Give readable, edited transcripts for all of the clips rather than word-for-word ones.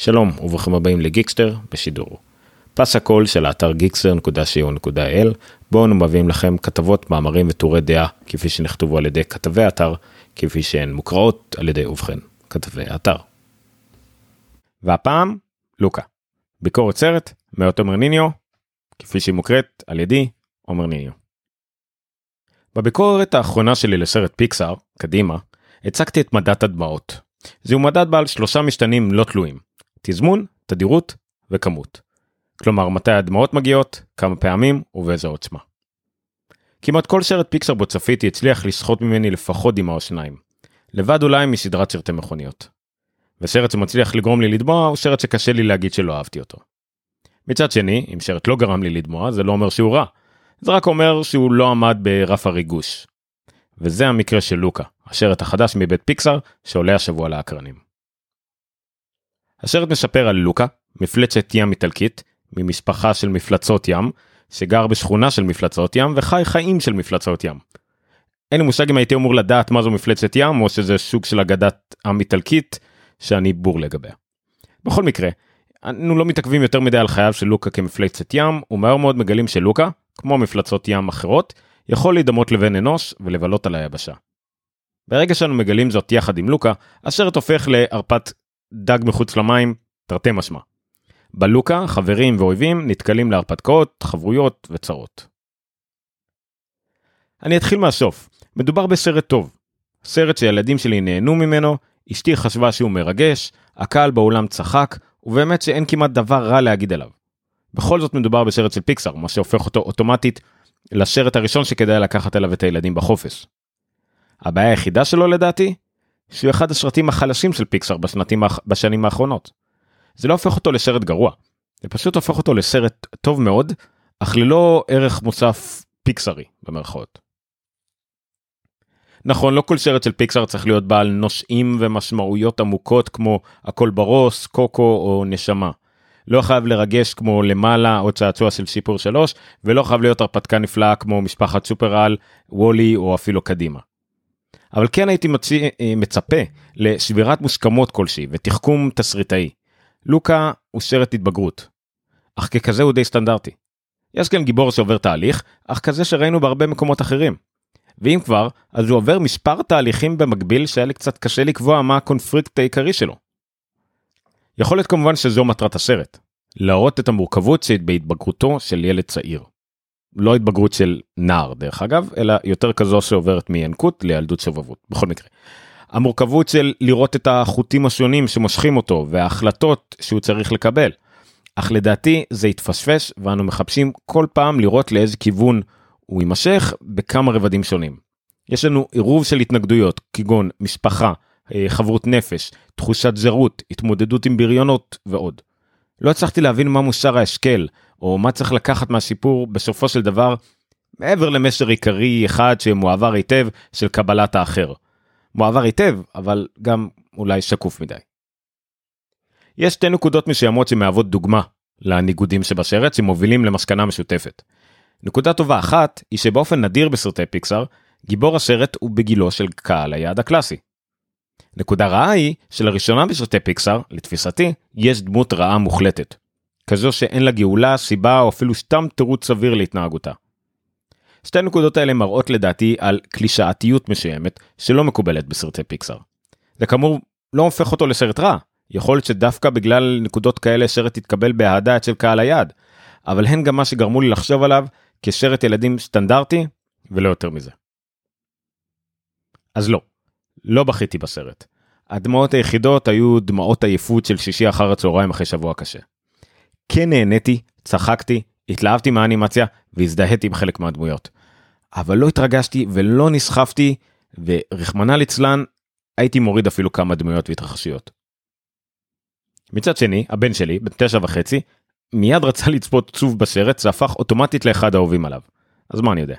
שלום וברוכים הבאים לגיקסטר בשידור. פס הקול של האתר geekster.co.il, בו אנו מביאים לכם כתבות, מאמרים וטורי דעה, כפי שנכתבו על ידי כתבי האתר, כפי שהן מוקראות על ידי ובכן כתבי האתר. והפעם, לוקה. ביקורת סרט מאת עומר ניניו, כפי שהיא מוקראת על ידי עומר ניניו. בביקורת האחרונה שלי לסרט פיקסאר, קדימה, הצגתי את מדד הדמעות. זהו מדד בעל 3 משתנים לא תלויים, תזמון, תדירות וכמות. כלומר, מתי הדמעות מגיעות, כמה פעמים ובאיזו עוצמה. כמעט כל סרט פיקסאר בו צפיתי הצליח לסחוט ממני לפחות דמעה או שניים, לבד אולי מסדרת סרטי מכוניות. וסרט שמצליח לגרום לי לדמוע הוא סרט שקשה לי להגיד שלא אהבתי אותו. מצד שני, אם סרט לא גרם לי לדמוע, זה לא אומר שהוא רע, זה רק אומר שהוא לא עמד ברף הריגוש. וזה המקרה של לוקה, הסרט החדש מבית פיקסאר שעולה השבוע לאקרנים. הסרט מספר על לוקה, מפלצת ים איטלקית, ממשפחה של מפלצות ים, שגר בשכונה של מפלצות ים וחי חיים של מפלצות ים. אין לי מושג אם הייתי אמור לדעת מה זו מפלצת ים, או שזה סוג של אגדת עם איטלקית שאני בור לגביה. בכל מקרה, אנו לא מתעכבים יותר מדי על חייו של לוקה כמפלצת ים, ומהר מאוד מגלים שלוקה, כמו מפלצות ים אחרות, יכול להידמות לבן אנוש ולבלות על היבשה. ברגע שאנו מגלים זאת יחד עם לוקה, הסרט הופך להרפת דג מחוץ למים, תרתי משמע. בלוקה, חברים ואויבים נתקלים להרפתקאות, חברויות וצרות. אני אתחיל מהסוף. מדובר בסרט טוב. סרט שילדים שלי נהנו ממנו, אשתי חשבה שהוא מרגש, הקהל באולם צחק, ובאמת שאין כמעט דבר רע להגיד עליו. בכל זאת מדובר בסרט של פיקסאר, מה שהופך אותו אוטומטית לסרט הראשון שכדאי לקחת אליו את הילדים בחופש. הבעיה היחידה שלו לדעתי, שהוא אחד הסרטים החלשים של פיקסאר בשנים האחרונות. זה לא הופך אותו לסרט גרוע, זה פשוט הופך אותו לסרט טוב מאוד, אך ללא ערך מוסף פיקסארי במרכאות. נכון, לא כל סרט של פיקסאר צריך להיות בעל נושאים ומשמעויות עמוקות כמו הכל ברוס, קוקו או נשמה. לא חייב לרגש כמו למעלה או צעצוע של סיפור 3, ולא חייב להיות הרפתקה נפלאה כמו משפחת סופרל, וולי או אפילו קדימה. אבל כן הייתי מצפה לשבירת מוסכמות כלשהי ותחכום תסריטאי. לוקה הוא סרט התבגרות, אך ככזה הוא די סטנדרטי. יש כאן גיבור שעובר תהליך, אך כזה שראינו בהרבה מקומות אחרים. ואם כבר, אז הוא עובר מספר תהליכים במקביל שהיה לי קצת קשה לקבוע מה הקונפליקט העיקרי שלו. יכול להיות כמובן שזו מטרת הסרט, להראות את המורכבות שבהתבגרותו של ילד צעיר. לא התבגרות של נער דרך אגב, אלא יותר כזו שעוברת מינקות לילדות סובבות, בכל מקרה. המורכבות של לראות את החוטים השונים שמושכים אותו, וההחלטות שהוא צריך לקבל. אך לדעתי זה יתפשפש, ואנו מחפשים כל פעם לראות לאיזה כיוון הוא יימשך בכמה רבדים שונים. יש לנו עירוב של התנגדויות, כגון משפחה, חברות נפש, תחושת זרות, התמודדות עם בריונות ועוד. לא הצלחתי להבין מה מוסר ההשקל, או מה צריך לקחת מהסיפור בסופו של דבר, מעבר למסר עיקרי אחד שמועבר היטב של קבלת האחר. מועבר היטב, אבל גם אולי שקוף מדי. יש 2 נקודות מסוימות שמהוות דוגמה לניגודים שבסרט שמובילים למסקנה משותפת. נקודה טובה אחת היא שבאופן נדיר בסרטי פיקסאר, גיבור הסרט הוא בגילו של קהל היעד הקלאסי. נקודה רעה היא שלראשונה בסרטי פיקסאר, לתפיסתי, יש דמות רעה מוחלטת. כזו שאין לה גאולה, סיבה או אפילו סתם תירוץ סביר להתנהגותה. 2 נקודות האלה מראות לדעתי על קלישאתיות מסוימת שלא מקובלת בסרטי פיקסאר. זה כאמור לא הופך אותו לסרט רע, יכול להיות שדווקא בגלל נקודות כאלה סרט יתקבל בהעדה אצל קהל היעד, אבל הן גם מה שגרמו לי לחשוב עליו כסרט ילדים סטנדרטי ולא יותר מזה. אז לא בכיתי בסרט. הדמעות היחידות היו דמעות עייפות של שישי אחר הצהריים אחרי שבוע קשה. כן נהניתי, צחקתי, התלהבתי מהאנימציה והזדהיתי עם חלק מהדמויות. אבל לא התרגשתי ולא נסחפתי, ורחמנא ליצלן הייתי מוריד אפילו כמה דמויות והתרחשויות. מצד שני, הבן שלי, בן 9.5, מיד רצה לצפות צוב בסרט, זה הפך אוטומטית לאחד האהובים עליו. אז מה אני יודע?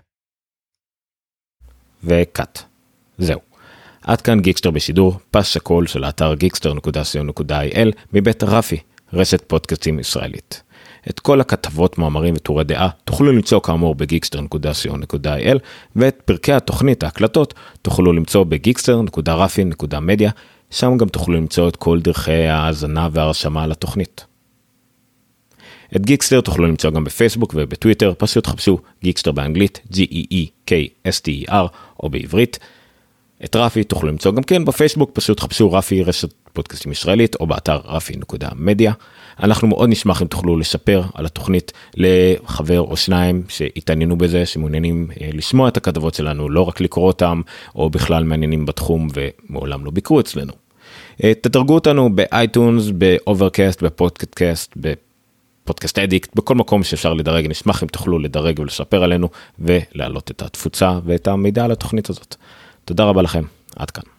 וקאט. זהו. עד כאן גיקסטר בשידור, פס שקול של האתר geekster.co.il מבית רפי, רשת פודקאסטים ישראלית. את כל הכתבות, מאמרים וטורי דעה תוכלו למצוא כאמור בgeekster.co.il, ואת פרקי התוכנית, ההקלטות, תוכלו למצוא בgeekster.rafin.media, שם גם תוכלו למצוא את כל דרכי ההאזנה וההרשמה לתוכנית. את גיקסטר תוכלו למצוא גם בפייסבוק ובטוויטר, פשוט חפשו גיקסטר באנגלית, Geekster, או בעברית. את רפי תוכלו למצוא גם כן בפייסבוק, פשוט חפשו רפי רשת פודקאסטים ישראלית, או באתר רפי.מדיה. אנחנו מאוד נשמח אם תוכלו לשפר על התוכנית לחבר או שניים שהתעניינו בזה, שמעוניינים לשמוע את הכתבות שלנו, לא רק לקרוא אותם, או בכלל מעניינים בתחום ומעולם לא ביקרו אצלנו. תדרגו אותנו באייטונס, באוברקאסט, בפודקאסט, בפודקאסט אדיקט, בכל מקום שאפשר לדרג. נשמח אם תוכלו לדרג ולשפר עלינו, ולהעלות את התפוצה ואת המידע על התוכנית הזאת. תודה רבה לכם, עד כאן.